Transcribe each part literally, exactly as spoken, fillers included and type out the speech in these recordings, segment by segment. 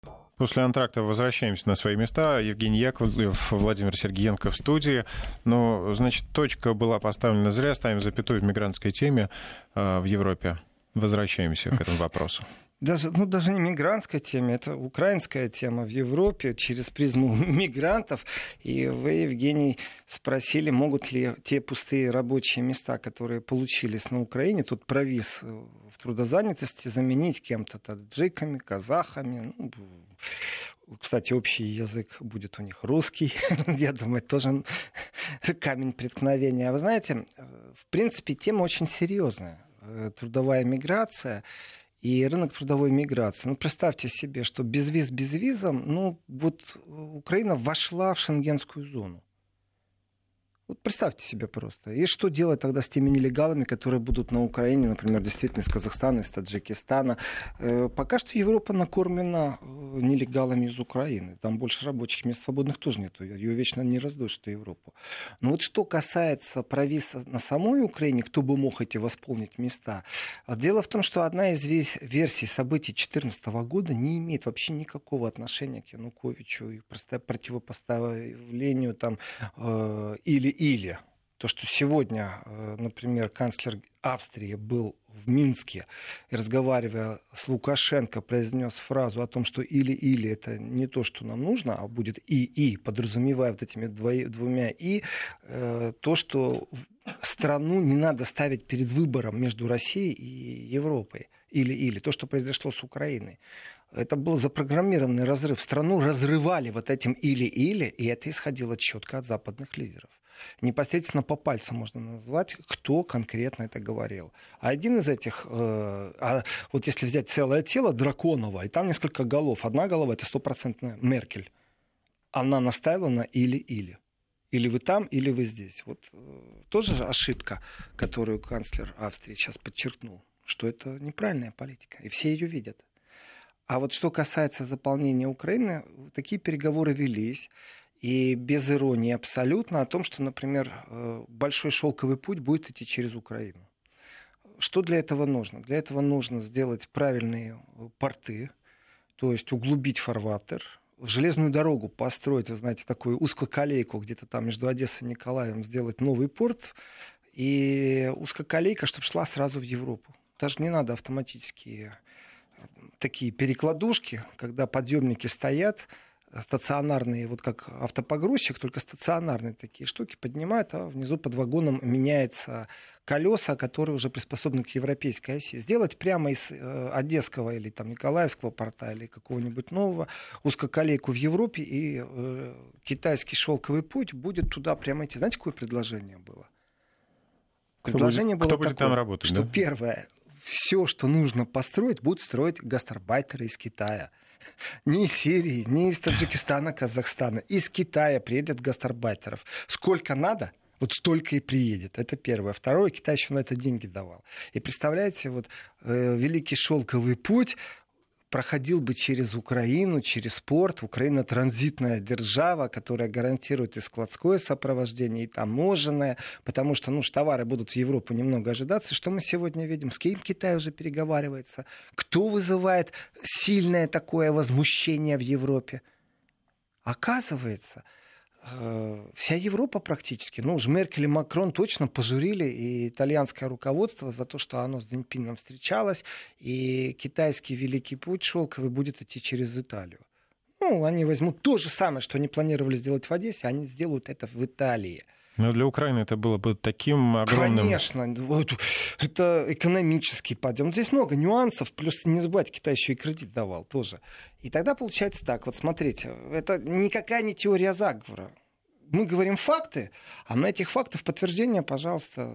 После антракта возвращаемся на свои места. Евгений Яковлев, Владимир Сергеенко в студии. Ну, значит, точка была поставлена зря. Ставим запятую в мигрантской теме э, в Европе. Возвращаемся к этому вопросу. Даже, ну, даже не мигрантская тема, это украинская тема в Европе через призму мигрантов. И вы, Евгений, спросили, могут ли те пустые рабочие места, которые получились на Украине, тут провис в трудозанятости, заменить кем-то, таджиками, казахами. Ну, кстати, общий язык будет у них русский. Я думаю, тоже камень преткновения. А вы знаете, в принципе, тема очень серьезная. Трудовая миграция и рынок трудовой миграции. Ну, представьте себе, что без виз, без визом, ну, вот Украина вошла в шенгенскую зону. Вот представьте себе просто. И что делать тогда с теми нелегалами, которые будут на Украине, например, действительно из Казахстана, из Таджикистана? Э, пока что Европа накормлена нелегалами из Украины. Там больше рабочих мест свободных тоже нет. Ее вечно не раздуешь, что Европу. Но вот что касается провиса на самой Украине, кто бы мог эти восполнить места? Дело в том, что одна из версий событий две тысячи четырнадцатого года не имеет вообще никакого отношения к Януковичу и противопоставлению там э, или или то, что сегодня, например, канцлер Австрии был в Минске и, разговаривая с Лукашенко, произнес фразу о том, что или-или это не то, что нам нужно, а будет и-и, подразумевая вот этими двое, двумя и, э, то, что страну не надо ставить перед выбором между Россией и Европой. Или-или. То, что произошло с Украиной. Это был запрограммированный разрыв. Страну разрывали вот этим или-или, и это исходило четко от западных лидеров. Непосредственно по пальцам можно назвать, кто конкретно это говорил. А один из этих, э, а вот если взять целое тело драконово, и там несколько голов, одна голова — это стопроцентная Меркель. Она настаивала на или-или. Или вы там, или вы здесь. Вот э, тоже же ошибка, которую канцлер Австрии сейчас подчеркнул, что это неправильная политика, и все ее видят. А вот что касается заполнения Украины, такие переговоры велись. И без иронии абсолютно о том, что, например, большой шелковый путь будет идти через Украину. Что для этого нужно? Для этого нужно сделать правильные порты, то есть углубить фарватер, железную дорогу построить, вы знаете, такую узкоколейку где-то там между Одессой и Николаевым, сделать новый порт, и узкоколейка, чтобы шла сразу в Европу. Даже не надо автоматические такие перекладушки, когда подъемники стоят, стационарные, вот как автопогрузчик, только стационарные такие штуки поднимают, а внизу под вагоном меняются колеса, которые уже приспособлены к европейской оси. Сделать прямо из э, Одесского или там Николаевского порта или какого-нибудь нового узкоколейку в Европе, и э, китайский шелковый путь будет туда прямо идти. Знаете, какое предложение было? Предложение кто будет, было кто будет такое, там работать, что да? Первое, все, что нужно построить, будут строить гастарбайтеры из Китая. Ни из Сирии, ни из Таджикистана, Казахстана. Из Китая приедет гастарбайтеров. Сколько надо, вот столько и приедет. Это первое. Второе, Китай еще на это деньги давал. И представляете, вот э, Великий Шелковый путь проходил бы через Украину, через порт. Украина — транзитная держава, которая гарантирует и складское сопровождение, и таможенное, потому что, ну, товары будут в Европу немного ожидаться. Что мы сегодня видим? С кем Китай уже переговаривается? Кто вызывает сильное такое возмущение в Европе? Оказывается, вся Европа практически, ну уж Меркель и Макрон точно пожурили и итальянское руководство за то, что оно с Цзиньпином встречалось, и китайский Великий путь шелковый будет идти через Италию. Ну, они возьмут то же самое, что они планировали сделать в Одессе, они сделают это в Италии. Но для Украины это было бы таким огромным... Конечно, это экономический подъем. Здесь много нюансов, плюс не забывайте, Китай еще и кредит давал тоже. И тогда получается так, вот смотрите, это никакая не теория заговора. Мы говорим факты, а на этих фактах подтверждение, пожалуйста,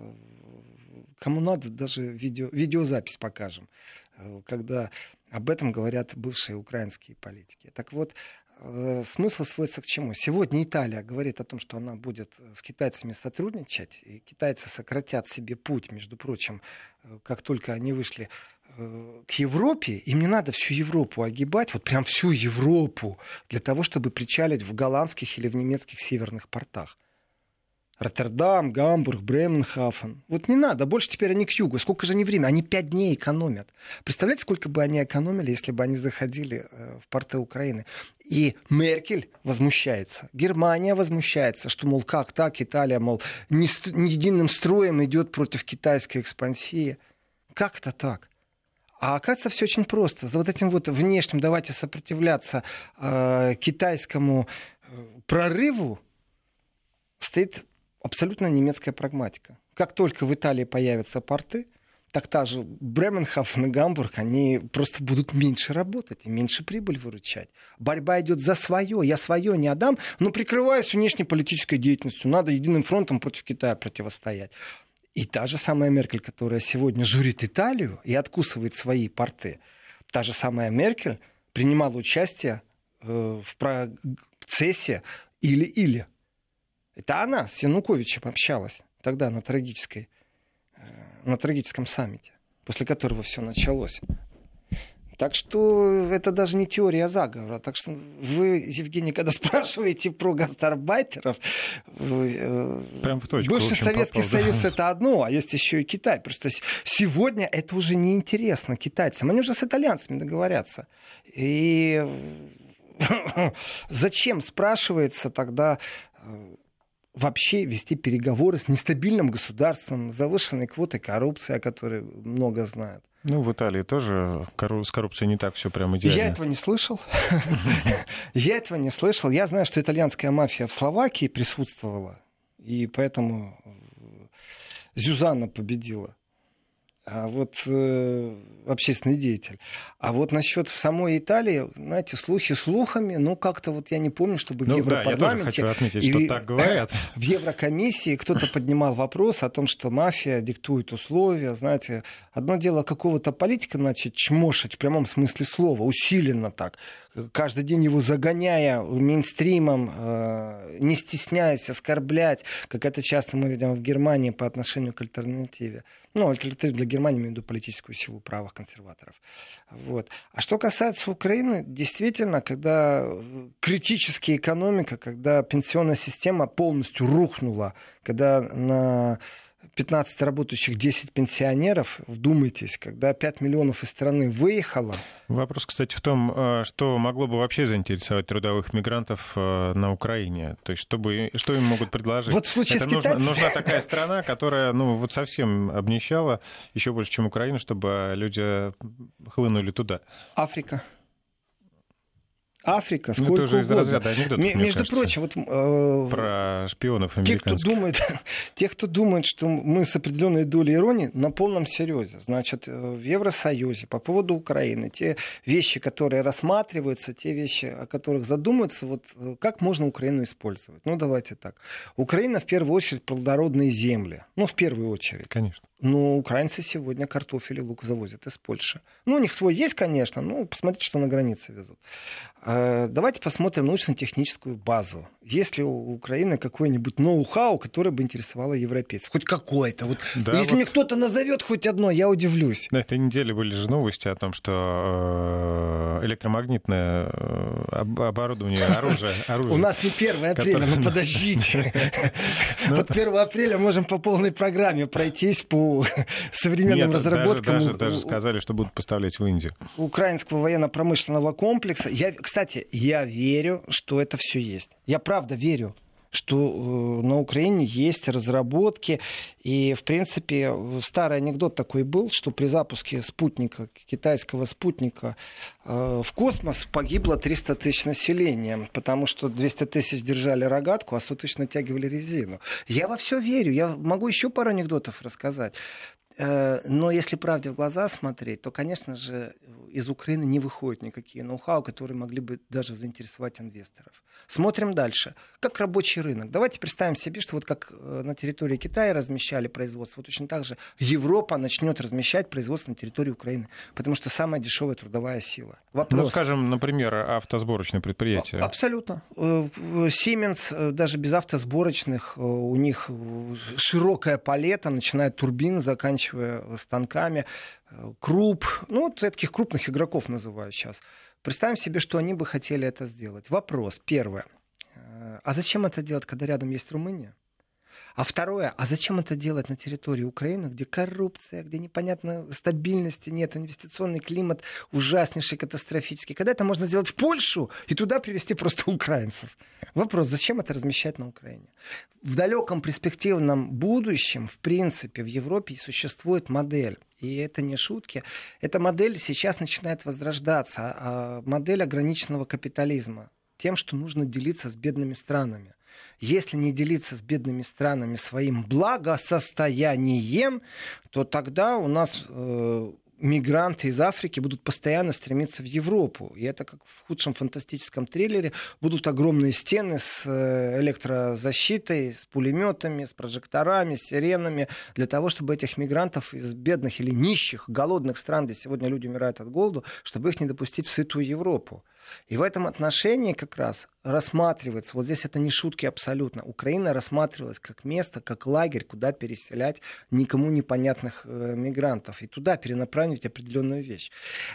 кому надо, даже видео, видеозапись покажем, когда об этом говорят бывшие украинские политики. Так вот, смысл сводится к чему? Сегодня Италия говорит о том, что она будет с китайцами сотрудничать, и китайцы сократят себе путь, между прочим, как только они вышли к Европе, им не надо всю Европу огибать, вот прям всю Европу, для того, чтобы причалить в голландских или в немецких северных портах. Роттердам, Гамбург, Бременхафен. Вот не надо, больше теперь они к югу. Сколько же они время? Они пять дней экономят. Представляете, сколько бы они экономили, если бы они заходили в порты Украины? И Меркель возмущается, Германия возмущается, что, мол, как так, Италия, мол, не, не единым строем идет против китайской экспансии. Как это так? А оказывается, все очень просто. За вот этим вот внешним давайте сопротивляться э, китайскому э, прорыву стоит абсолютно немецкая прагматика. Как только в Италии появятся порты, так та же Бременхафен и Гамбург, они просто будут меньше работать и меньше прибыль выручать. Борьба идет за свое. Я свое не отдам, но прикрываюсь внешнеполитической деятельностью. Надо единым фронтом против Китая противостоять. И та же самая Меркель, которая сегодня журит Италию и откусывает свои порты, та же самая Меркель принимала участие э, в процессе или-или. Это она с Януковичем общалась тогда на, трагической, на трагическом саммите, после которого все началось. Так что это даже не теория заговора. Так что вы, Евгений, когда спрашиваете про гастарбайтеров, прям в точку, бывший в общем, Советский попал, Союз да. это одно, а есть еще и Китай. Просто сегодня это уже не интересно китайцам. Они уже с итальянцами договорятся. И зачем, спрашивается, тогда вообще вести переговоры с нестабильным государством, завышенной квотой коррупции, о которой много знают. Ну, в Италии тоже с коррупцией не так все прям идеально. Я этого не слышал. Я этого не слышал. Я знаю, что итальянская мафия в Словакии присутствовала, и поэтому Зюзанна победила. А вот э, общественный деятель. А вот насчет в самой Италии, знаете, слухи слухами, ну как-то вот я не помню, чтобы в ну, Европарламенте... Да, я тоже хочу отметить, что и, так говорят. В Еврокомиссии кто-то поднимал вопрос о том, что мафия диктует условия. Знаете, одно дело какого-то политика начать чмошить в прямом смысле слова, усиленно так, каждый день его загоняя мейнстримом, э, не стесняясь оскорблять, как это часто мы видим в Германии по отношению к альтернативе. Ну, альтернатива для Германии, имею в виду политическую силу правых консерваторов. Вот. А что касается Украины, действительно, когда критическая экономика, когда пенсионная система полностью рухнула, когда на пятнадцать работающих десять пенсионеров, вдумайтесь, когда пять миллионов из страны выехало. Вопрос, кстати, в том, что могло бы вообще заинтересовать трудовых мигрантов на Украине. То есть, чтобы, что им могут предложить? Вот в случае Это с китайцами... нужна, нужна такая страна, которая ну, вот совсем обнищала, еще больше, чем Украина, чтобы люди хлынули туда. Африка. Африка, сколько ну, это уже угодно. из разряда анекдотов, М- мне между кажется, прочим, вот, э, про шпионов американских. Те, кто думает, те, кто думает, что мы с определенной долей иронии, на полном серьезе. Значит, в Евросоюзе по поводу Украины, те вещи, которые рассматриваются, те вещи, о которых задумываются, вот как можно Украину использовать. Ну, давайте так. Украина, в первую очередь, плодородные земли. Ну, в первую очередь. Конечно. Ну, украинцы сегодня картофель и лук завозят из Польши. Ну, у них свой есть, конечно, но посмотрите, что на границе везут. Давайте посмотрим научно-техническую базу. Есть ли у Украины какой-нибудь ноу-хау, которое бы интересовало европейцев? Хоть какое-то. Вот, да, если вот... мне кто-то назовет хоть одно, я удивлюсь. На этой неделе были же новости о том, что электромагнитное оборудование, оружие... У нас не первое апреля, но подождите. Вот первого апреля можем по полной программе пройтись по современным разработкам. Даже, даже сказали, что будут поставлять в Индию. Украинского военно-промышленного комплекса. Я, кстати, я верю, что это все есть. Я правда верю, что э, на Украине есть разработки. И, в принципе, старый анекдот такой был, что при запуске спутника, китайского спутника э, в космос погибло триста тысяч населения, потому что двести тысяч держали рогатку, а сто тысяч натягивали резину. Я во все верю. Я могу еще пару анекдотов рассказать. Но если правде в глаза смотреть, то, конечно же, из Украины не выходят никакие ноу-хау, которые могли бы даже заинтересовать инвесторов. Смотрим дальше. Как рабочий рынок. Давайте представим себе, что вот как на территории Китая размещали производство, вот точно так же Европа начнет размещать производство на территории Украины, потому что самая дешевая трудовая сила. Вопрос. Ну, скажем, например, автосборочное предприятие. Абсолютно. Siemens, даже без автосборочных, у них широкая палета, начиная от турбин, заканчивая станками, Круп, ну, вот таких крупных игроков называю сейчас. Представим себе, что они бы хотели это сделать. Вопрос, первое. А зачем это делать, когда рядом есть Румыния? А второе, а зачем это делать на территории Украины, где коррупция, где непонятно стабильности нет, инвестиционный климат ужаснейший, катастрофический. Когда это можно сделать в Польшу и туда привезти просто украинцев? Вопрос, зачем это размещать на Украине? В далеком перспективном будущем, в принципе, в Европе существует модель. И это не шутки. Эта модель сейчас начинает возрождаться. А модель ограниченного капитализма. Тем, что нужно делиться с бедными странами. Если не делиться с бедными странами своим благосостоянием, то тогда у нас э, мигранты из Африки будут постоянно стремиться в Европу. И это как в худшем фантастическом триллере. Будут огромные стены с электрозащитой, с пулеметами, с прожекторами, с сиренами, для того, чтобы этих мигрантов из бедных или нищих, голодных стран, где сегодня люди умирают от голода, чтобы их не допустить в сытую Европу. И в этом отношении как раз рассматривается, вот здесь это не шутки абсолютно, Украина рассматривалась как место, как лагерь, куда переселять никому непонятных э, мигрантов и туда перенаправить определенную вещь.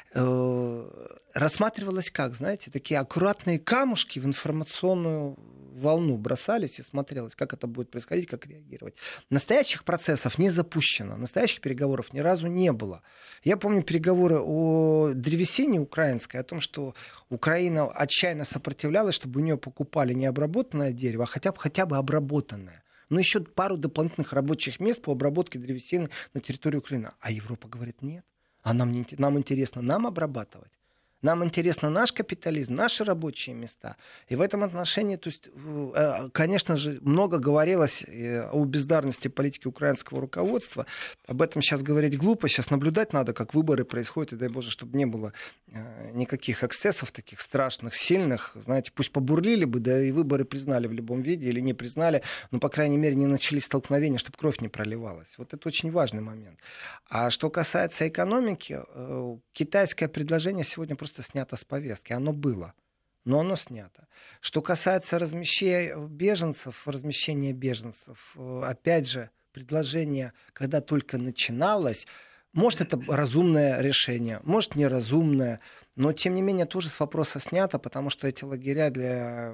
Э, рассматривалась как, знаете, такие аккуратные камушки в информационную волну бросались и смотрелось, как это будет происходить, как реагировать. Настоящих процессов не запущено, настоящих переговоров ни разу не было. Я помню переговоры о древесине украинской, о том, что Украина отчаянно сопротивлялась, чтобы у нее покупали не обработанное дерево, а хотя бы, хотя бы обработанное. Но еще пару дополнительных рабочих мест по обработке древесины на территории Украины. А Европа говорит, нет. А нам, не, нам интересно нам обрабатывать. Нам интересно наш капитализм, наши рабочие места. И в этом отношении, то есть, конечно же, много говорилось о бездарности политики украинского руководства. Об этом сейчас говорить глупо. Сейчас наблюдать надо, как выборы происходят. И дай Боже, чтобы не было никаких эксцессов таких страшных, сильных. Знаете, пусть побурлили бы, да и выборы признали в любом виде или не признали. Но, по крайней мере, не начались столкновения, чтобы кровь не проливалась. Вот это очень важный момент. А что касается экономики, китайское предложение сегодня просто снято с повестки. Оно было, но оно снято. Что касается размещения беженцев, размещения беженцев, опять же, предложение, когда только начиналось, может, это разумное решение, может, неразумное, но, тем не менее, тоже с вопроса снято, потому что эти лагеря для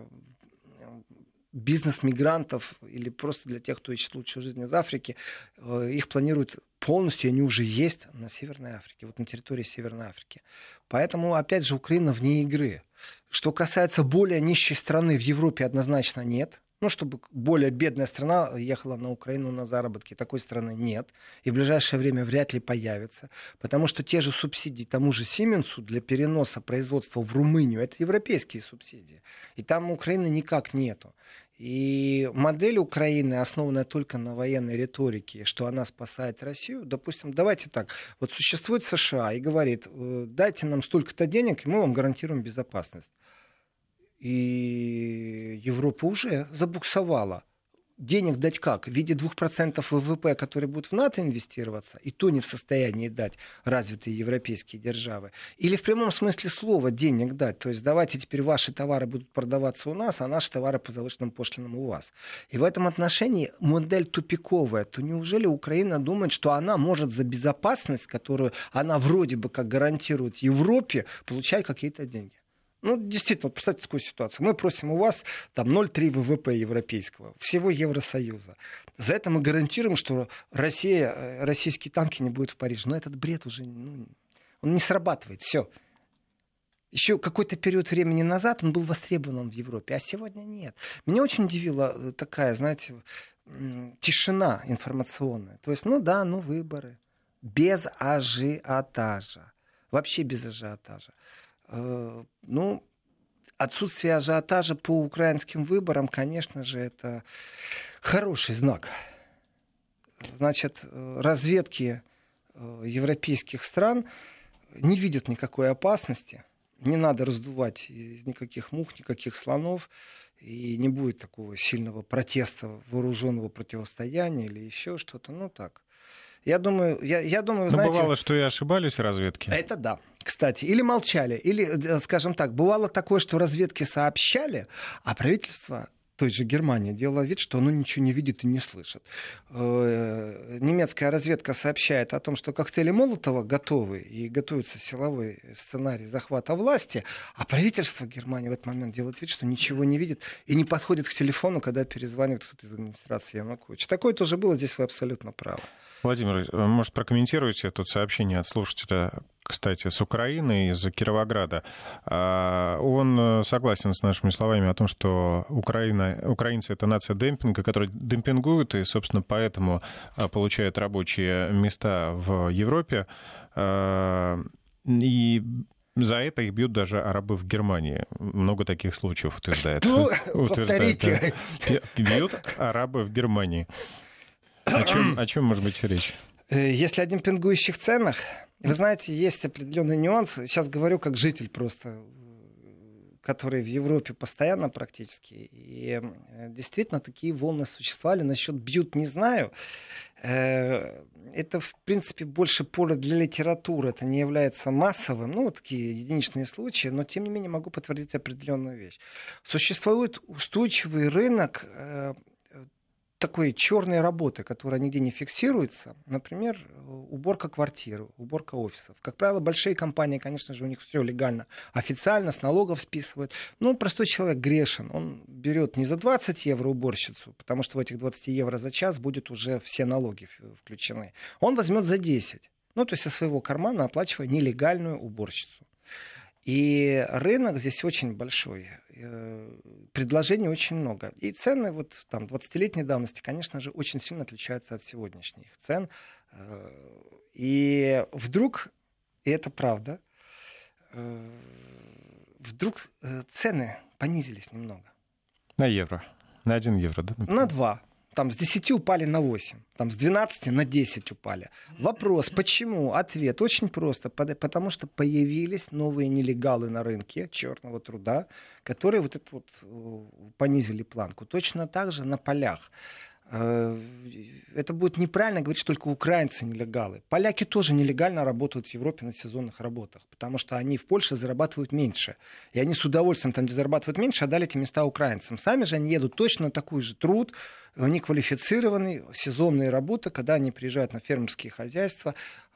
бизнес-мигрантов или просто для тех, кто ищет лучшую жизнь из Африки, их планируют полностью, они уже есть на Северной Африке, вот на территории Северной Африки. Поэтому, опять же, Украина вне игры. Что касается более нищей страны в Европе, однозначно нет. Ну, чтобы более бедная страна ехала на Украину на заработки. Такой страны нет. И в ближайшее время вряд ли появится. Потому что те же субсидии тому же Сименсу для переноса производства в Румынию, это европейские субсидии. И там Украины никак нету. И модель Украины, основанная только на военной риторике, что она спасает Россию, допустим, давайте так, вот существует США и говорит, дайте нам столько-то денег, и мы вам гарантируем безопасность. И Европа уже забуксовала. Денег дать как? В виде двух процентов ВВП, которые будут в НАТО инвестироваться, и то не в состоянии дать развитые европейские державы. Или в прямом смысле слова денег дать. То есть давайте теперь ваши товары будут продаваться у нас, а наши товары по завышенным пошлинам у вас. И в этом отношении модель тупиковая. То неужели Украина думает, что она может за безопасность, которую она вроде бы как гарантирует Европе, получать какие-то деньги? Ну, действительно, представьте такую ситуацию. Мы просим у вас там ноль целых три десятых ВВП европейского, всего Евросоюза. За это мы гарантируем, что Россия, российские танки не будут в Париже. Но этот бред уже ну, он не срабатывает. Все. Еще какой-то период времени назад он был востребован в Европе, а сегодня нет. Меня очень удивила такая, знаете, тишина информационная. То есть, ну да, ну выборы. Без ажиотажа. Вообще без ажиотажа. Ну, отсутствие ажиотажа по украинским выборам, конечно же, это хороший знак. Значит, разведки европейских стран не видят никакой опасности. Не надо раздувать из никаких мух, никаких слонов. И не будет такого сильного протеста, вооруженного противостояния или еще что-то. Ну, так. Я думаю, я, я думаю, знаете... Но бывало, что и ошибались разведки. Это да, кстати. Или молчали. Или, скажем так, бывало такое, что разведки сообщали, а правительство той же Германии делало вид, что оно ничего не видит и не слышит. Немецкая разведка сообщает о том, что коктейли Молотова готовы и готовится силовой сценарий захвата власти, а правительство Германии в этот момент делает вид, что ничего не видит и не подходит к телефону, когда перезванивает кто-то из администрации Януковича. Такое тоже было, здесь вы абсолютно правы. Владимир, может, прокомментируйте тут сообщение от слушателя, кстати, с Украины, из Кировограда. Он согласен с нашими словами о том, что Украина, украинцы — это нация демпинга, которая демпингует и, собственно, поэтому получает рабочие места в Европе. И за это их бьют даже арабы в Германии. Много таких случаев утверждает. Ну, повторите. Бьют арабы в Германии. О чем, о чем может быть речь? Если о демпингующих ценах, вы знаете, есть определенный нюанс. Сейчас говорю как житель просто, который в Европе постоянно практически. И действительно такие волны существовали. Насчет бьют не знаю. Это, в принципе, больше поле для литературы. Это не является массовым. Ну, вот такие единичные случаи. Но, тем не менее, могу подтвердить определенную вещь. Существует устойчивый рынок такой черной работы, которая нигде не фиксируется, например, уборка квартир, уборка офисов. Как правило, большие компании, конечно же, у них все легально, официально, с налогов списывают. Но простой человек грешен. Он берет не за двадцать евро уборщицу, потому что в этих двадцать евро за час будет уже все налоги включены. Он возьмет за десять. Ну, то есть со своего кармана оплачивая нелегальную уборщицу. И рынок здесь очень большой, предложений очень много. И цены вот, там, двадцатилетней давности, конечно же, очень сильно отличаются от сегодняшних цен. И вдруг, и это правда, вдруг цены понизились немного. На евро, на один евро, да? Например? На два. Там с десяти упали на восемь, там с двенадцати на десять упали. Вопрос, почему? Ответ очень просто. Потому что появились новые нелегалы на рынке черного труда, которые вот это вот понизили планку. Точно так же на полях. Это будет неправильно говорить, что только украинцы нелегалы. Поляки тоже нелегально работают в Европе на сезонных работах, потому что они в Польше зарабатывают меньше. И они с удовольствием там, где зарабатывают меньше, отдали эти места украинцам. Сами же они едут точно на такой же труд, они квалифицированные, сезонные работы, когда они приезжают на фермерские хозяйства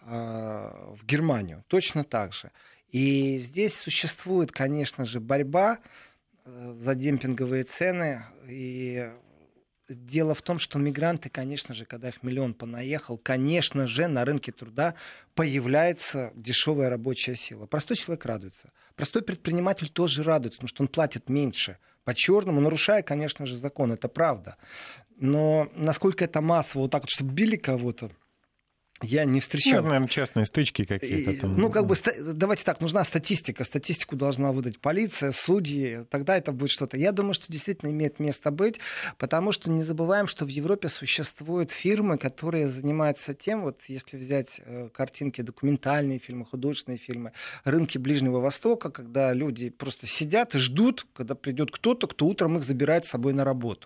в Германию. Точно так же. И здесь существует, конечно же, борьба за демпинговые цены. И дело в том, что мигранты, конечно же, когда их миллион понаехал, конечно же, на рынке труда появляется дешевая рабочая сила. Простой человек радуется. Простой предприниматель тоже радуется, потому что он платит меньше по-черному, нарушая, конечно же, закон. Это правда. Но насколько это массово, вот так вот, чтобы били кого-то, я не встречал. Ну, наверное, частные стычки какие-то там. Ну, как бы, давайте так, нужна статистика. Статистику должна выдать полиция, судьи. Тогда это будет что-то. Я думаю, что действительно имеет место быть, потому что не забываем, что в Европе существуют фирмы, которые занимаются тем, вот если взять картинки, документальные фильмы, художественные фильмы, рынки Ближнего Востока, когда люди просто сидят и ждут, когда придет кто-то, кто утром их забирает с собой на работу.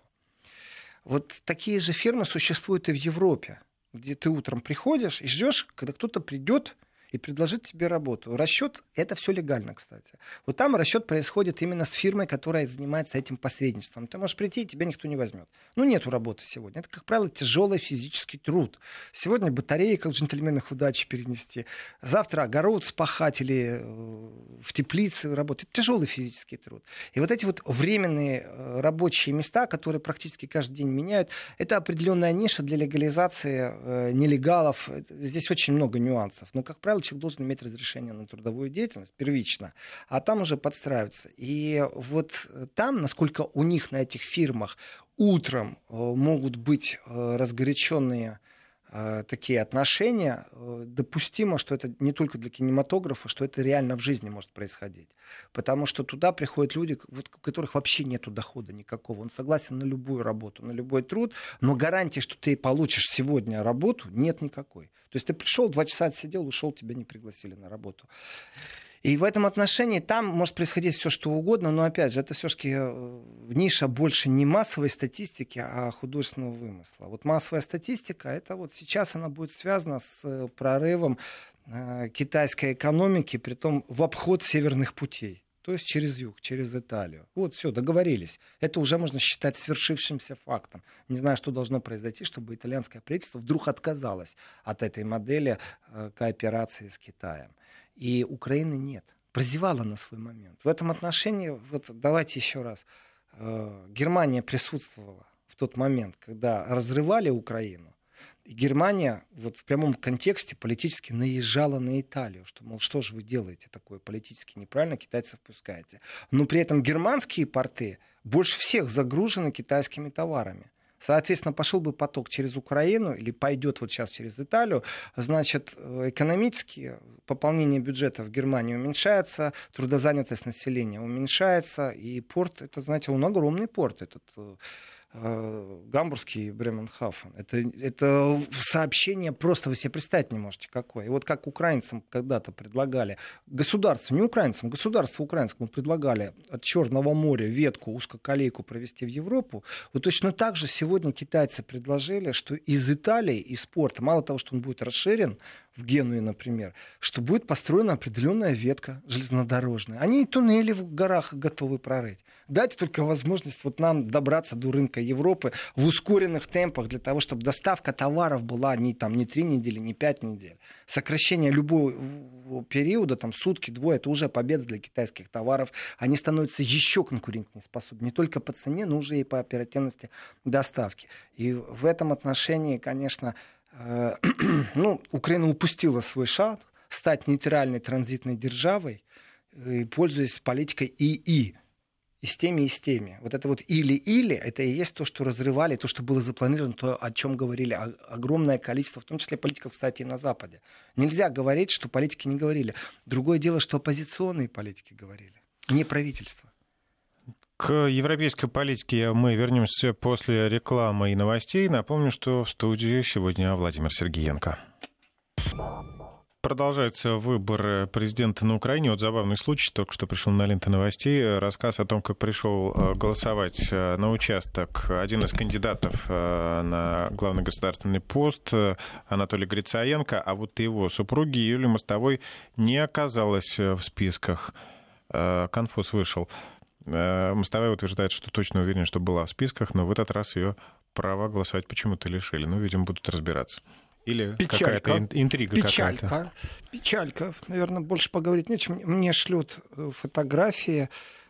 Вот такие же фирмы существуют и в Европе, где ты утром приходишь и ждешь, когда кто-то придет и предложит тебе работу. Расчет — это все легально, кстати. Вот там расчет происходит именно с фирмой, которая занимается этим посредничеством. Ты можешь прийти, и тебя никто не возьмет. Ну, нету работы сегодня. Это, как правило, тяжелый физический труд. Сегодня батареи, как в «Джентльменах удачи», перенести. Завтра огород спахать или в теплице работать. Это тяжелый физический труд. И вот эти вот временные рабочие места, которые практически каждый день меняют, это определенная ниша для легализации нелегалов. Здесь очень много нюансов. Но, как правило, человек должен иметь разрешение на трудовую деятельность первично, а там уже подстраиваться. И вот там, насколько у них на этих фирмах утром могут быть разгоряченные такие отношения, допустимо, что это не только для кинематографа, что это реально в жизни может происходить. Потому что туда приходят люди, у которых вообще нет дохода никакого. Он согласен на любую работу, на любой труд, но гарантии, что ты получишь сегодня работу, нет никакой. То есть ты пришел, два часа отсидел, ушел, тебя не пригласили на работу. И в этом отношении там может происходить все, что угодно, но, опять же, это все-таки ниша больше не массовой статистики, а художественного вымысла. Вот массовая статистика, это вот сейчас она будет связана с прорывом китайской экономики, притом в обход северных путей. то есть через юг, через Италию. Вот, все, договорились. Это уже можно считать свершившимся фактом. Не знаю, что должно произойти, чтобы итальянское правительство вдруг отказалось от этой модели э, кооперации с Китаем. И Украины нет. Прозевала на свой момент. В этом отношении, вот давайте еще раз, э, Германия присутствовала в тот момент, когда разрывали Украину. И Германия вот в прямом контексте политически наезжала на Италию, что, мол, что же вы делаете такое политически неправильно, китайцев пускаете. Но при этом германские порты больше всех загружены китайскими товарами. Соответственно, пошел бы поток через Украину или пойдет вот сейчас через Италию, значит, экономически пополнение бюджета в Германии уменьшается, трудозанятость населения уменьшается, и порт, это, знаете, он огромный порт, этот гамбургский Бременхафен. Это, это сообщение просто вы себе представить не можете какое. И вот как украинцам когда-то предлагали, государству, не украинцам, государству украинскому предлагали от Черного моря ветку, узкоколейку провести в Европу, вот точно так же сегодня китайцы предложили, что из Италии, из порта, мало того, что он будет расширен, в Генуе, например, что будет построена определенная ветка железнодорожная. Они и туннели в горах готовы прорыть. Дайте только возможность вот нам добраться до рынка Европы в ускоренных темпах для того, чтобы доставка товаров была не, там, не три недели, не пять недель. Сокращение любого периода, там, сутки, двое, это уже победа для китайских товаров. Они становятся еще конкурентоспособны не только по цене, но уже и по оперативности доставки. И в этом отношении, конечно, ну, Украина упустила свой шанс стать нейтральной транзитной державой, пользуясь политикой и-и. И с теми, и с теми. Вот это вот или-или, это и есть то, что разрывали, то, что было запланировано, то, о чем говорили огромное количество, в том числе политиков, кстати, и на Западе. Нельзя говорить, что политики не говорили. Другое дело, что оппозиционные политики говорили, не правительство. К европейской политике мы вернемся после рекламы и новостей. Напомню, что в студии сегодня Владимир Сергиенко. Продолжаются выборы президента на Украине. Вот забавный случай, только что пришел на ленты новостей. Рассказ о том, как пришел голосовать на участок один из кандидатов на главный государственный пост, Анатолий Грицаенко, а вот его супруги Юлии Мостовой не оказалось в списках. Конфуз вышел. Мостовая утверждает, что точно уверена, что была в списках, но в этот раз ее права голосовать почему-то лишили. Ну, видимо, будут разбираться. Или печалька. Какая-то интрига печалька. какая-то. Печалька. Наверное, больше поговорить нечем. Мне шлют фотографии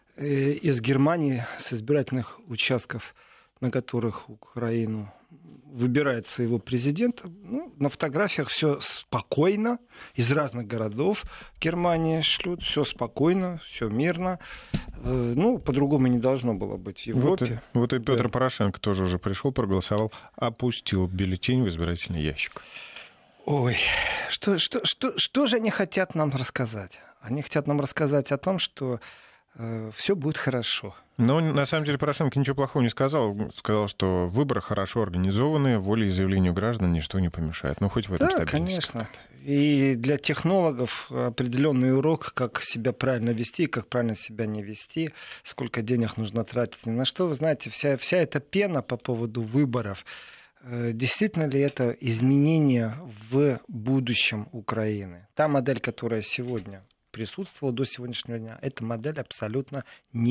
из Германии с избирательных участков, на которых Украину выбирает своего президента. Ну, на фотографиях все спокойно. Из разных городов Германии шлют. Все спокойно, все мирно. Ну, по-другому не должно было быть в Европе. Вот и, вот и Петр да. Порошенко тоже уже пришел, проголосовал, опустил бюллетень в избирательный ящик. Ой, что, что, что, что же они хотят нам рассказать? Они хотят нам рассказать о том, что э, все будет хорошо. Но, на самом деле, Порошенко ничего плохого не сказал. Сказал, что выборы хорошо организованы, воле и заявлению граждан ничто не помешает. Ну, хоть в этом да, стабильность. конечно. И для технологов определенный урок, как себя правильно вести, как правильно себя не вести, сколько денег нужно тратить ни на что. Вы знаете, вся, вся эта пена по поводу выборов, действительно ли это изменение в будущем Украины? Та модель, которая сегодня присутствовала до сегодняшнего дня, эта модель абсолютно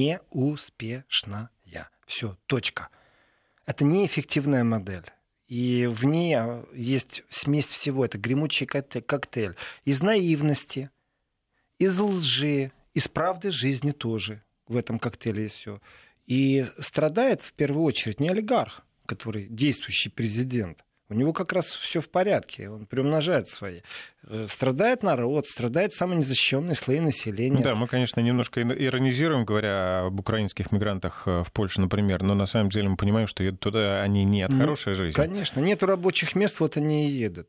неуспешная. Все, точка. Это неэффективная модель. И в ней есть смесь всего. Это гремучий коктейль. Из наивности, из лжи, из правды жизни тоже. В этом коктейле есть все. И страдает в первую очередь не олигарх, который действующий президент. У него как раз все в порядке, он приумножает свои. Страдает народ, страдает самые незащищенные слои населения. Да, мы, конечно, немножко иронизируем, говоря об украинских мигрантах в Польше, например, но на самом деле мы понимаем, что едут туда они не от ну, хорошей жизни. Конечно, нету рабочих мест, вот они и едут.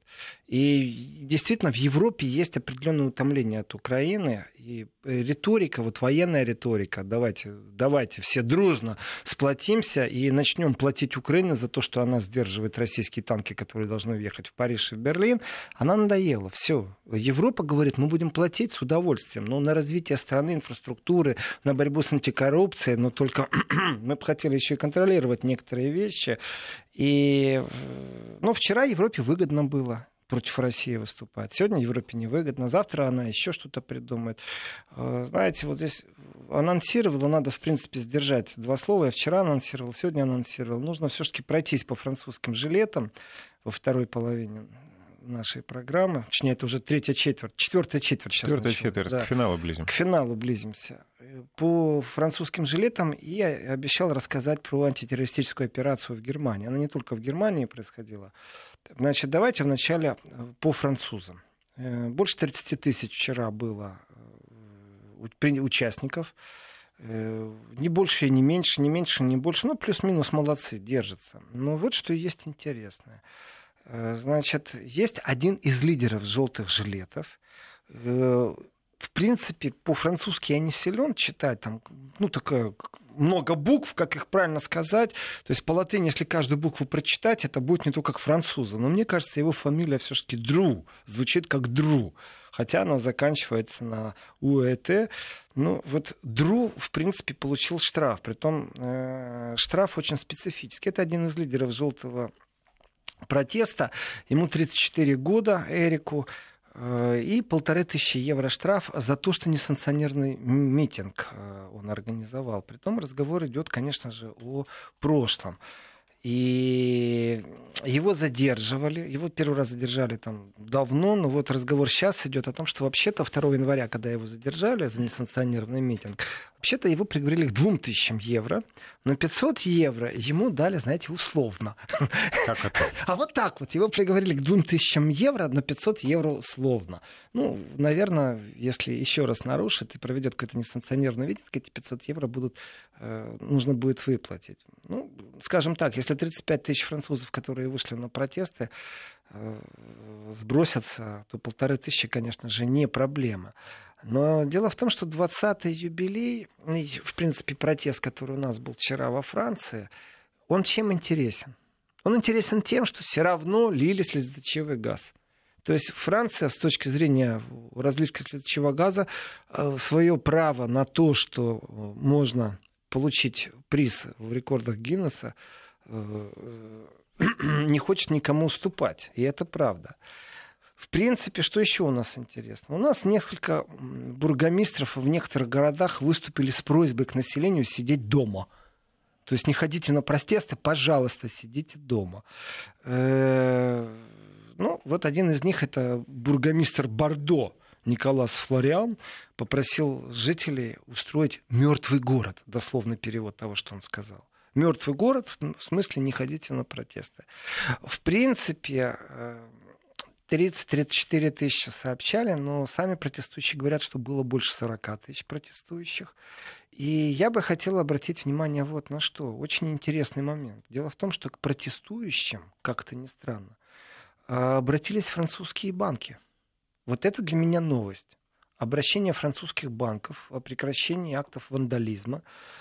И действительно, в Европе есть определенное утомление от Украины, и риторика, вот военная риторика, давайте, давайте все дружно сплотимся и начнем платить Украине за то, что она сдерживает российские танки, которые должны въехать в Париж и в Берлин, она надоела. Все. Европа говорит, мы будем платить с удовольствием, но на развитие страны, инфраструктуры, на борьбу с антикоррупцией, но только мы бы хотели еще и контролировать некоторые вещи. И ну, вчера Европе выгодно было. против России выступать. Сегодня Европе невыгодно, завтра она еще что-то придумает. Знаете, вот здесь анонсировала, надо, в принципе, сдержать два слова. Я вчера анонсировал, сегодня анонсировал. Нужно все-таки пройтись по французским жилетам во второй половине нашей программы. Точнее, это уже третья четверть, четвертая четверть сейчас. Четвертая четверть, да. К финалу близим. К финалу близимся. По французским жилетам я обещал рассказать про антитеррористическую операцию в Германии. Она не только в Германии происходила. Значит, давайте вначале по французам. Больше тридцать тысяч вчера было участников. Не больше и не меньше, не меньше, не больше. Ну, плюс-минус молодцы, держатся. Но вот что есть интересное. Значит, есть один из лидеров желтых жилетов. В принципе, по-французски я не силен читать, там, ну, такое, много букв, как их правильно сказать. То есть по латыни, если каждую букву прочитать, это будет не то, как француза. Но мне кажется, его фамилия все-таки Дру, звучит как Дру, хотя она заканчивается на УЭТ. Ну, вот Дру, в принципе, получил штраф, притом э, штраф очень специфический. Это один из лидеров желтого протеста. Ему тридцать четыре года, Эрику. И полторы тысячи евро штраф за то, что несанкционированный митинг он организовал. Притом разговор идет, конечно же, о прошлом. И его задерживали, его первый раз задержали там давно, но вот разговор сейчас идет о том, что вообще-то второго января, когда его задержали за несанкционированный митинг, вообще-то его приговорили к двум тысячам евро, но пятьсот евро ему дали, знаете, условно. Как это? А вот так вот, его приговорили к двум тысячам евро, но пятьсот евро условно. Ну, наверное, если еще раз нарушит и проведет какой-то несанкционированный митинг, эти пятьсот евро будут, э, нужно будет выплатить. Ну, скажем так, если тридцать пять тысяч французов, которые вышли на протесты, э, сбросятся, то полторы тысячи, конечно же, не проблема. Но дело в том, что двадцатый юбилей, в принципе, протест, который у нас был вчера во Франции, он чем интересен? Он интересен тем, что все равно лили слезоточивый газ. То есть Франция, с точки зрения разливки слезоточивого газа, свое право на то, что можно получить приз в рекордах Гиннесса, не хочет никому уступать. И это правда. В принципе, что еще у нас интересно? У нас несколько бургомистров в некоторых городах выступили с просьбой к населению сидеть дома. То есть не ходите на протесты, пожалуйста, сидите дома. Ну, вот один из них, это бургомистр Бордо Николас Флориан, попросил жителей устроить мертвый город. Дословный перевод того, что он сказал. Мертвый город, в смысле не ходите на протесты. В принципе, тридцать-тридцать четыре тысячи сообщали, но сами протестующие говорят, что было больше сорок тысяч протестующих. И я бы хотел обратить внимание вот на что. Очень интересный момент. Дело в том, что к протестующим, как это ни странно, обратились французские банки. Вот это для меня новость. Обращение французских банков о прекращении актов вандализма.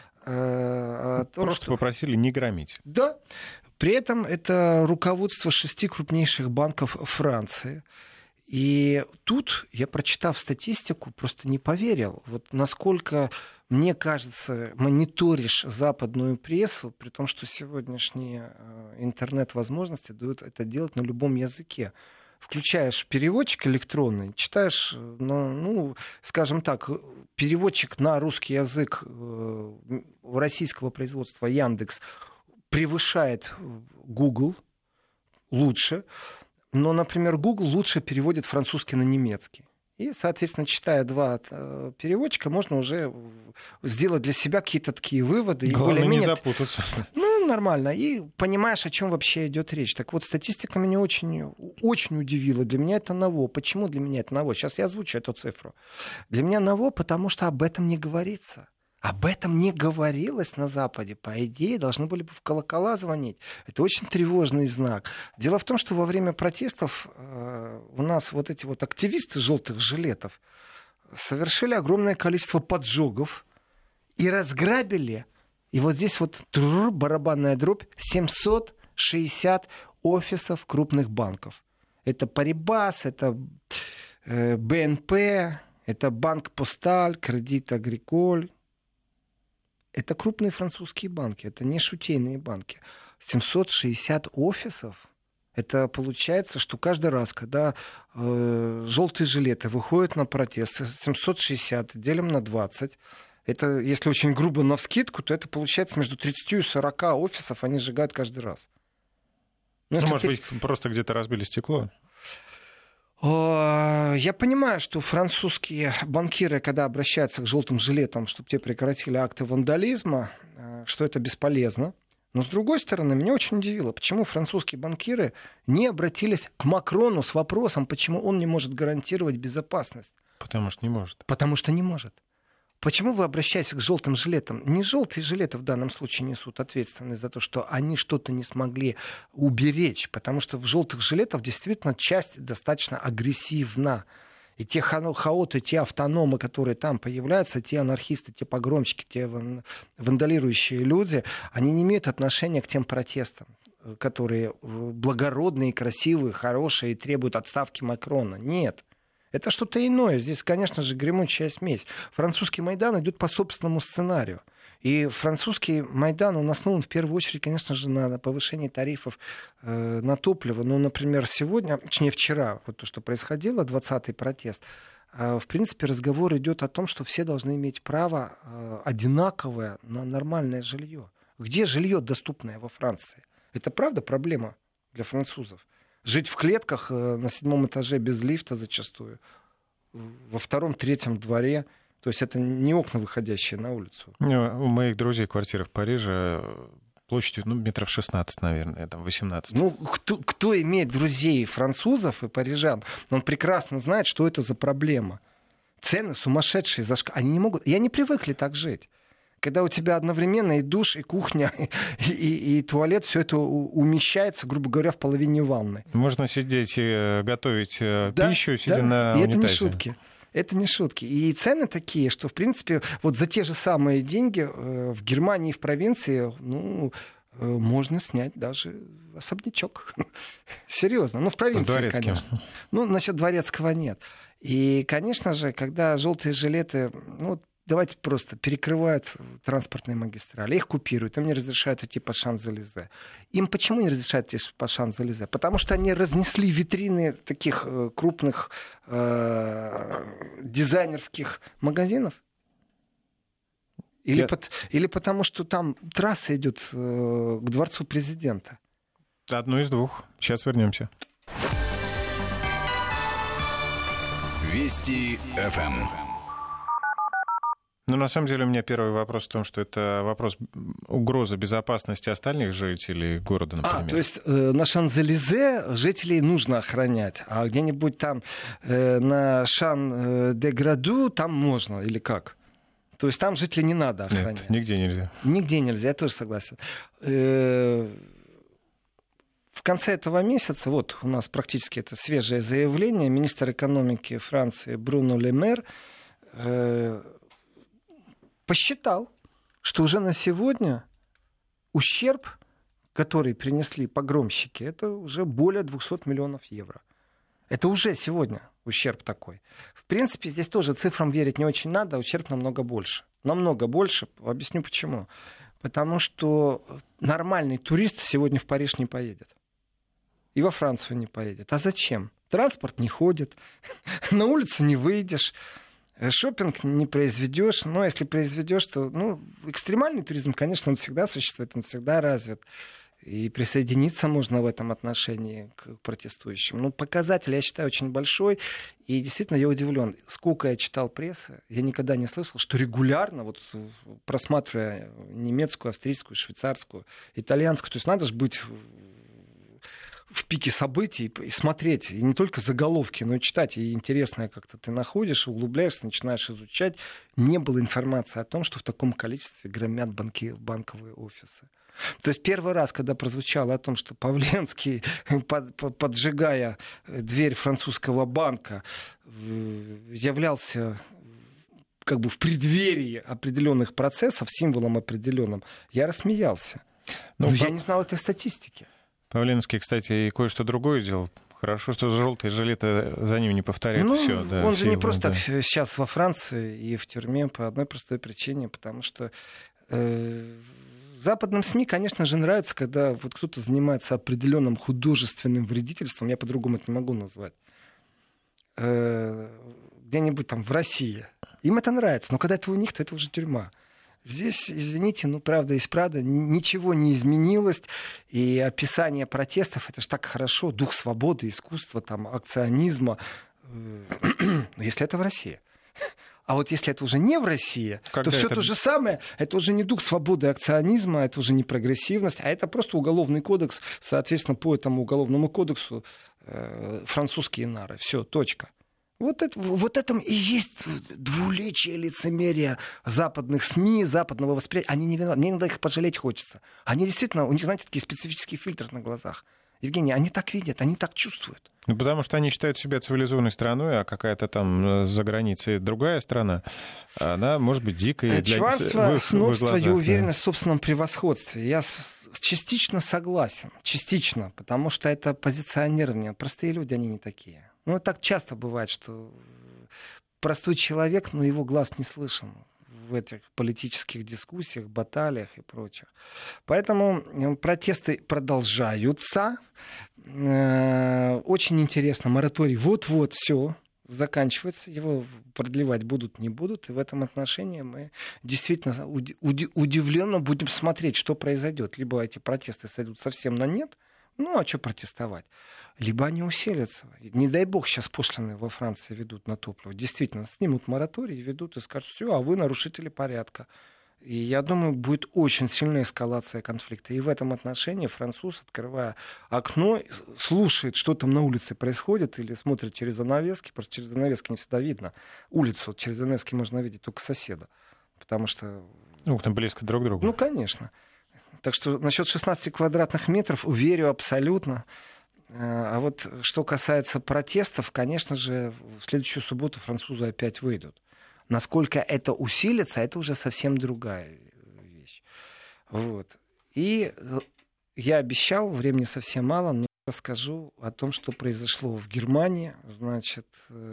О том, Просто что... попросили не громить. Да. При этом это руководство шести крупнейших банков Франции. И тут, я, прочитав статистику, просто не поверил. Вот насколько, мне кажется, мониторишь западную прессу, при том, что сегодняшние интернет-возможности дают это делать на любом языке. Включаешь переводчик электронный, читаешь, ну, скажем так, переводчик на русский язык российского производства Яндекс превышает Google лучше. Но, например, Google лучше переводит французский на немецкий. И, соответственно, читая два переводчика, можно уже сделать для себя какие-то такие выводы. Главное, и более-менее... не запутаться. Ну, нормально. И понимаешь, о чем вообще идет речь. Так вот, статистика меня очень, очень удивила. Для меня это ново. Почему для меня это ново? Сейчас я озвучу эту цифру. Для меня ново, потому что об этом не говорится. Об этом не говорилось на Западе. По идее, должны были бы в колокола звонить. Это очень тревожный знак. Дело в том, что во время протестов э, у нас вот эти вот активисты желтых жилетов совершили огромное количество поджогов и разграбили, и вот здесь вот тррр, барабанная дробь, семьсот шестьдесят офисов крупных банков. Это Парибас, это э, Бэ Эн Пэ, это Банк Посталь, Кредит Агриколь. Это крупные французские банки, это не шутейные банки. семьсот шестьдесят офисов Это получается, что каждый раз, когда э, желтые жилеты выходят на протест, семьсот шестьдесят делим на двадцать, это, если очень грубо навскидку, то это получается между тридцатью и сорока офисов они сжигают каждый раз. Ну, ну может ты... быть, просто где-то разбили стекло? Я понимаю, что французские банкиры, когда обращаются к желтым жилетам, чтобы те прекратили акты вандализма, что это бесполезно. Но, с другой стороны, меня очень удивило, почему французские банкиры не обратились к Макрону с вопросом, почему он не может гарантировать безопасность. Потому что не может. Потому что не может. Почему вы обращаетесь к желтым жилетам? Не желтые жилеты в данном случае несут ответственность за то, что они что-то не смогли уберечь, потому что в желтых жилетах действительно часть достаточно агрессивна. И те хаоты, те автономы, которые там появляются, те анархисты, те погромщики, те вандалирующие люди, они не имеют отношения к тем протестам, которые благородные, красивые, хорошие и требуют отставки Макрона. Нет. Это что-то иное. Здесь, конечно же, гремучая смесь. Французский Майдан идет по собственному сценарию. И французский Майдан, он основан в первую очередь, конечно же, на повышении тарифов э, на топливо. Ну, например, сегодня, точнее вчера, вот то, что происходило, двадцатый протест, э, в принципе, разговор идет о том, что все должны иметь право э, одинаковое на нормальное жилье. Где жилье доступное во Франции? Это правда проблема для французов? Жить в клетках на седьмом этаже без лифта зачастую, во втором, третьем дворе. То есть это не окна, выходящие на улицу. У моих друзей квартира в Париже площадью, ну, метров шестнадцать, наверное, там восемнадцать. Ну, кто, кто имеет друзей французов и парижан, он прекрасно знает, что это за проблема. Цены сумасшедшие, зашк... они не могут... И они привыкли так жить. Когда у тебя одновременно и душ, и кухня, и, и, и туалет, все это умещается, грубо говоря, в половине ванны. Можно сидеть и готовить да, да, пищу, сидя на и унитазе. Это не шутки. Это не шутки. И цены такие, что, в принципе, вот за те же самые деньги в Германии и в провинции, ну, можно снять даже особнячок. Серьезно. Ну, в провинции, с дворецким. Конечно. Ну, насчет дворецкого нет. И, конечно же, когда желтые жилеты... Ну, давайте просто перекрывают транспортные магистрали, их купируют, им не разрешают идти по Шан-Зелезе. Им почему не разрешают идти по Шан-Зелезе? Потому что они разнесли витрины таких э, крупных э, дизайнерских магазинов? Или, Я... под, или потому что там трасса идет э, к дворцу президента? Одно из двух. Сейчас вернемся. Вести эф эм. Ну, на самом деле, у меня первый вопрос в том, что это вопрос угрозы безопасности остальных жителей города, например. А, то есть э, на Шан-Зелезе жителей нужно охранять, а где-нибудь там э, на Шан-де-Граду там можно, или как? То есть там жителей не надо охранять? Нет, нигде нельзя. Нигде нельзя, я тоже согласен. Э, в конце этого месяца, вот у нас практически это свежее заявление, министр экономики Франции Бруно Ле Мэр э, посчитал, что уже на сегодня ущерб, который принесли погромщики, это уже более двести миллионов евро. Это уже сегодня ущерб такой. В принципе, здесь тоже цифрам верить не очень надо, ущерб намного больше. Намного больше. Объясню почему. Потому что нормальный турист сегодня в Париж не поедет. И во Францию не поедет. А зачем? Транспорт не ходит, на улицу не выйдешь. Шопинг не произведешь, но если произведешь, то ну, экстремальный туризм, конечно, он всегда существует, он всегда развит. И присоединиться можно в этом отношении к протестующим. Ну, показатель, я считаю, очень большой. И действительно, я удивлен. Сколько я читал прессы, я никогда не слышал, что регулярно, вот, просматривая немецкую, австрийскую, швейцарскую, итальянскую, то есть надо же быть в пике событий и смотреть, и не только заголовки, но и читать, и интересное как-то ты находишь, углубляешься, начинаешь изучать. Не было информации о том, что в таком количестве громят банки, банковые офисы. То есть первый раз, когда прозвучало о том, что Павленский, под, под, поджигая дверь французского банка, являлся как бы в преддверии определенных процессов, символом определенным, я рассмеялся. Но ну, я не знал этой статистики. Павленский, кстати, и кое-что другое делал. Хорошо, что желтые жилеты за ним не повторяют ну, все. Да, он все же не его, просто да. сейчас во Франции и в тюрьме по одной простой причине, потому что э, Западным СМИ, конечно же, нравится, когда вот кто-то занимается определенным художественным вредительством, я по-другому это не могу назвать, где-нибудь там в России. Им это нравится, но когда это у них, то это уже тюрьма. Здесь, извините, ну, правда есть правда, ничего не изменилось, и описание протестов, это же так хорошо, дух свободы, искусства, там, акционизма, если это в России. А вот если это уже не в России, когда то все это... то же самое, это уже не дух свободы и акционизма, это уже не прогрессивность, а это просто уголовный кодекс, соответственно, по этому уголовному кодексу э, французские нары. Все, точка. Вот, это, вот этом и есть двуличие, лицемерие западных СМИ, западного восприятия. Они не виноваты. Мне иногда их пожалеть хочется. Они действительно, у них, знаете, такие специфические фильтры на глазах. Евгений, они так видят, они так чувствуют. Ну, потому что они считают себя цивилизованной страной, а какая-то там за границей другая страна, она может быть дикой. Чванство, для... снобство и уверенность да. в собственном превосходстве. Я частично согласен. Частично. Потому что это позиционирование. Простые люди, они не такие. Ну, так часто бывает, что простой человек, но его глаз не слышен в этих политических дискуссиях, баталиях и прочих. Поэтому протесты продолжаются. Очень интересно, мораторий вот-вот все заканчивается, его продлевать будут, не будут, и в этом отношении мы действительно удивленно будем смотреть, что произойдет. Либо эти протесты сойдут совсем на нет, ну а что протестовать? Либо они усилятся. Не дай бог сейчас пошлины во Франции ведут на топливо. Действительно, снимут мораторий, ведут и скажут, все, а вы нарушители порядка. И я думаю, будет очень сильная эскалация конфликта. И в этом отношении француз, открывая окно, слушает, что там на улице происходит, или смотрит через занавески. Просто через занавески не всегда видно улицу. Через занавески можно видеть только соседа. Потому что... Ну, там близко друг к другу. Ну, конечно. Так что насчет шестнадцати квадратных метров верю абсолютно. А вот что касается протестов, конечно же, в следующую субботу французы опять выйдут. Насколько это усилится, это уже совсем другая вещь. Вот. И я обещал, времени совсем мало, но расскажу о том, что произошло в Германии. Значит,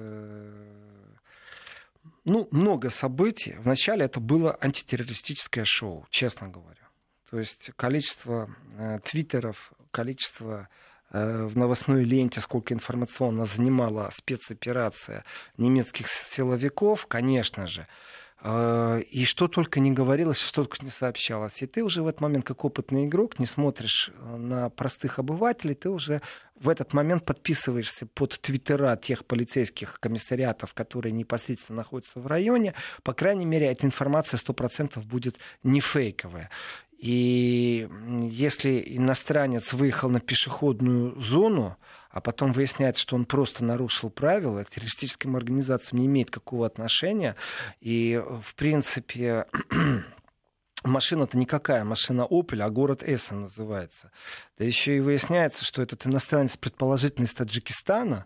ну, много событий. Вначале это было антитеррористическое шоу, честно говоря. То есть количество э, твиттеров, количество э, в новостной ленте, сколько информационно занимала спецоперация немецких силовиков, конечно же. Э, и что только не говорилось, что только не сообщалось. И ты уже в этот момент, как опытный игрок, не смотришь на простых обывателей, ты уже в этот момент подписываешься под твиттера тех полицейских комиссариатов, которые непосредственно находятся в районе. По крайней мере, эта информация сто процентов будет не фейковая. И если иностранец выехал на пешеходную зону, а потом выясняется, что он просто нарушил правила, к террористическим организациям не имеет какого отношения, и, в принципе, машина-то никакая, машина Opel, а город Эссен называется. Да еще и выясняется, что этот иностранец, предположительно, из Таджикистана,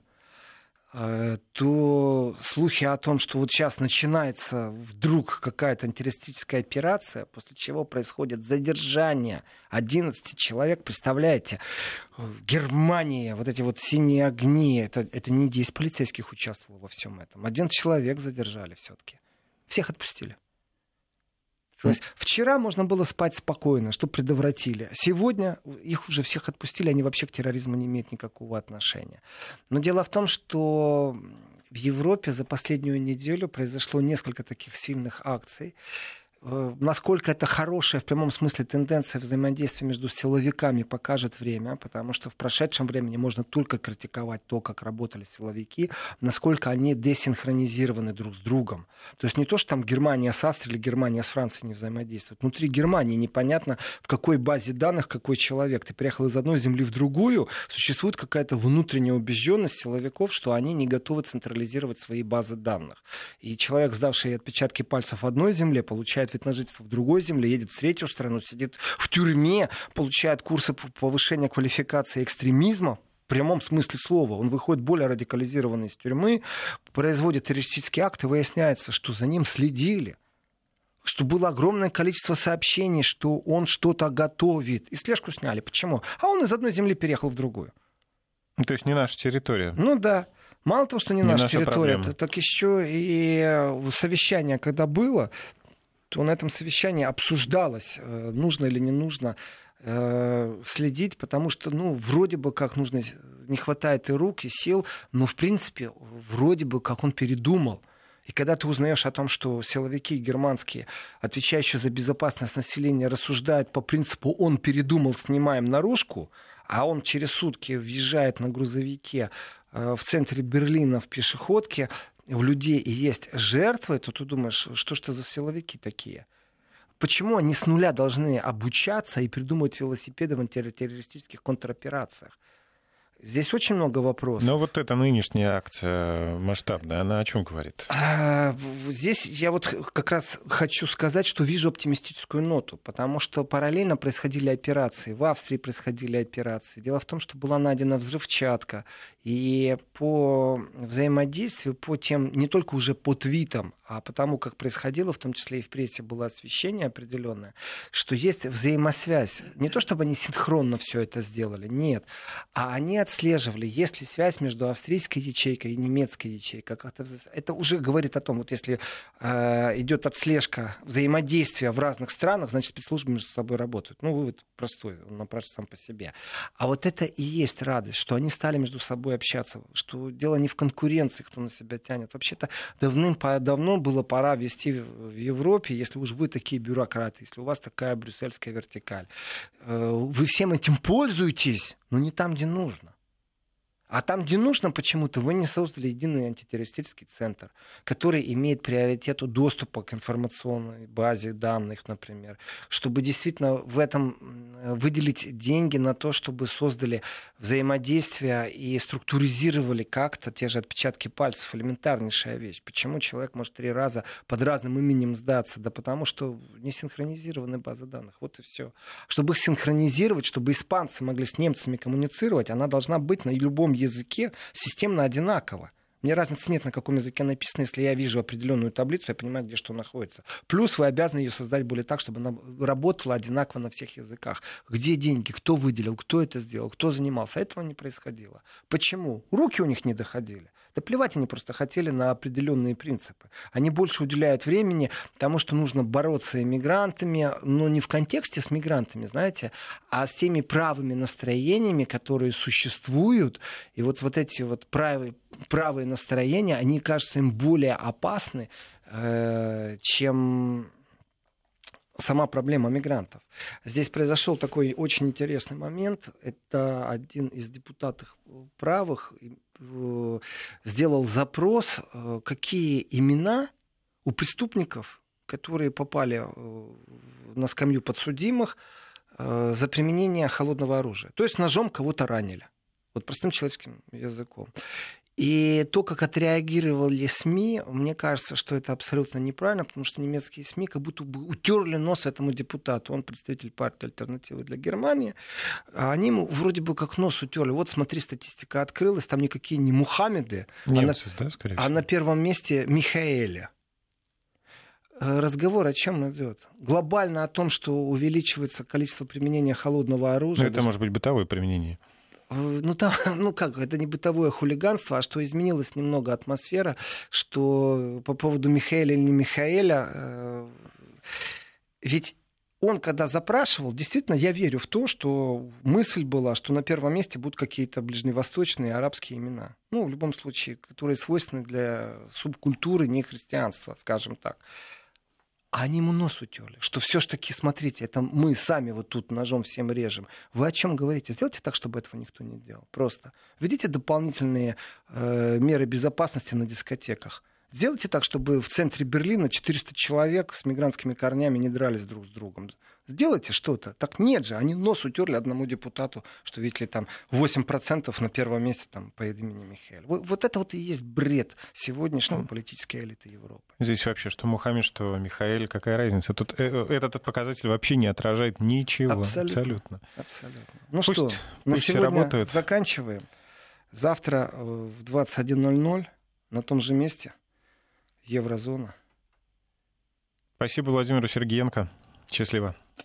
то слухи о том, что вот сейчас начинается вдруг какая-то антитеррористическая операция, после чего происходит задержание одиннадцати человек, представляете, в Германии вот эти вот синие огни, это, это не десять полицейских участвовало во всем этом, одиннадцать человек задержали все-таки, всех отпустили. То есть вчера можно было спать спокойно, что предотвратили. Сегодня их уже всех отпустили, они вообще к терроризму не имеют никакого отношения. Но дело в том, что в Европе за последнюю неделю произошло несколько таких сильных акций. Насколько это хорошая в прямом смысле тенденция взаимодействия между силовиками, покажет время, потому что в прошедшем времени можно только критиковать то, как работали силовики, насколько они десинхронизированы друг с другом. То есть не то, что там Германия с Австрией или Германия с Францией не взаимодействуют. Внутри Германии непонятно, в какой базе данных какой человек. Ты приехал из одной земли в другую, существует какая-то внутренняя убежденность силовиков, что они не готовы централизировать свои базы данных. И человек, сдавший отпечатки пальцев в одной земле, получает вид на жительство в другой земле, едет в третью страну, сидит в тюрьме, получает курсы повышения квалификации экстремизма, в прямом смысле слова. Он выходит более радикализированный из тюрьмы, производит террористические акты, выясняется, что за ним следили, что было огромное количество сообщений, что он что-то готовит. И слежку сняли. Почему? А он из одной земли переехал в другую. Ну, то есть не наша территория. Ну да. Мало того, что не, не наша, наша территория, проблема. так еще и совещание, когда было, то на этом совещании обсуждалось, нужно или не нужно следить, потому что, ну, вроде бы как нужно, не хватает и рук, и сил, но, в принципе, вроде бы как он передумал. И когда ты узнаешь о том, что силовики германские, отвечающие за безопасность населения, рассуждают по принципу «он передумал, снимаем наружку», а он через сутки въезжает на грузовике в центре Берлина в пешеходке, в людей и есть жертвы, то ты думаешь, что ж это за силовики такие? Почему они с нуля должны обучаться и придумывать велосипеды в антитеррористических контроперациях? Здесь очень много вопросов. Но вот эта нынешняя акция масштабная, она о чем говорит? Здесь я вот как раз хочу сказать, что вижу оптимистическую ноту, потому что параллельно происходили операции. В Австрии происходили операции. Дело в том, что была найдена взрывчатка. И по взаимодействию, по тем, не только уже по твитам, а потому как происходило, в том числе и в прессе было освещение определенное, что есть взаимосвязь. Не то, чтобы они синхронно все это сделали, нет. А они отслеживали, есть ли связь между австрийской ячейкой и немецкой ячейкой. Это уже говорит о том, вот если э, идет отслежка взаимодействия в разных странах, значит, спецслужбы между собой работают. Ну, вывод простой, он напрашивается сам по себе. А вот это и есть радость, что они стали между собой общаться, что дело не в конкуренции, кто на себя тянет. Вообще-то давным-давно было пора ввести в Европе, если уж вы такие бюрократы, если у вас такая брюссельская вертикаль, э, вы всем этим пользуетесь, но не там, где нужно. А там, где нужно, почему-то вы не создали единый антитеррористический центр, который имеет приоритет доступа к информационной базе данных, например, чтобы действительно в этом выделить деньги на то, чтобы создали взаимодействие и структуризировали как-то те же отпечатки пальцев. Элементарнейшая вещь. Почему человек может три раза под разным именем сдаться? Да потому что не синхронизированы базы данных. Вот и все. Чтобы их синхронизировать, чтобы испанцы могли с немцами коммуницировать, она должна быть на любом языке системно одинаково. Мне разницы нет, на каком языке написано. Если я вижу определенную таблицу, я понимаю, где что находится. Плюс вы обязаны ее создать более так, чтобы она работала одинаково на всех языках. Где деньги, кто выделил, кто это сделал, кто занимался. Этого не происходило. Почему? Руки у них не доходили. Да плевать, они просто хотели на определенные принципы. Они больше уделяют времени тому, что нужно бороться с мигрантами, но не в контексте с мигрантами, знаете, а с теми правыми настроениями, которые существуют. И вот, вот эти вот правые, правые настроения, они кажутся им более опасны, э, чем сама проблема мигрантов. Здесь произошел такой очень интересный момент. Это один из депутатов правых сделал запрос, какие имена у преступников, которые попали на скамью подсудимых за применение холодного оружия. То есть ножом кого-то ранили. Вот простым человеческим языком. И то, как отреагировали СМИ, мне кажется, что это абсолютно неправильно, потому что немецкие СМИ как будто бы утерли нос этому депутату. Он представитель партии «Альтернативы для Германии». А они ему вроде бы как нос утерли. Вот смотри, статистика открылась, там никакие не Мухаммеды, немцы, а, на, да, скорее а всего. на первом месте Михаэля. Разговор о чем идет? Глобально о том, что увеличивается количество применения холодного оружия. Но это даже... может быть бытовое применение. Ну, там, ну как, это не бытовое хулиганство, а что изменилась немного атмосфера, что по поводу Михаэля или не Михаэля, э, ведь он, когда запрашивал, действительно, я верю в то, что мысль была, что на первом месте будут какие-то ближневосточные арабские имена. Ну, в любом случае, которые свойственны для субкультуры нехристианства, скажем так. А они ему нос утерли, что все ж таки, смотрите, это мы сами вот тут ножом всем режем. Вы о чем говорите? Сделайте так, чтобы этого никто не делал. Просто введите дополнительные э, меры безопасности на дискотеках. Сделайте так, чтобы в центре Берлина четыреста человек с мигрантскими корнями не дрались друг с другом. Сделайте что-то. Так нет же, они нос утерли одному депутату, что, видите ли, там восемь процентов на первом месте там, по имени Михаэль. Вот, вот это вот и есть бред сегодняшней mm. политической элиты Европы. Здесь вообще, что Мухаммед, что Михаэль, какая разница? Тут этот показатель вообще не отражает ничего. Абсолютно. Абсолютно. Абсолютно. Ну пусть, что, пусть на сегодня работают. Заканчиваем. Завтра в двадцать один ноль ноль на том же месте Еврозона. Спасибо Владимиру Сергеенко. Счастливо.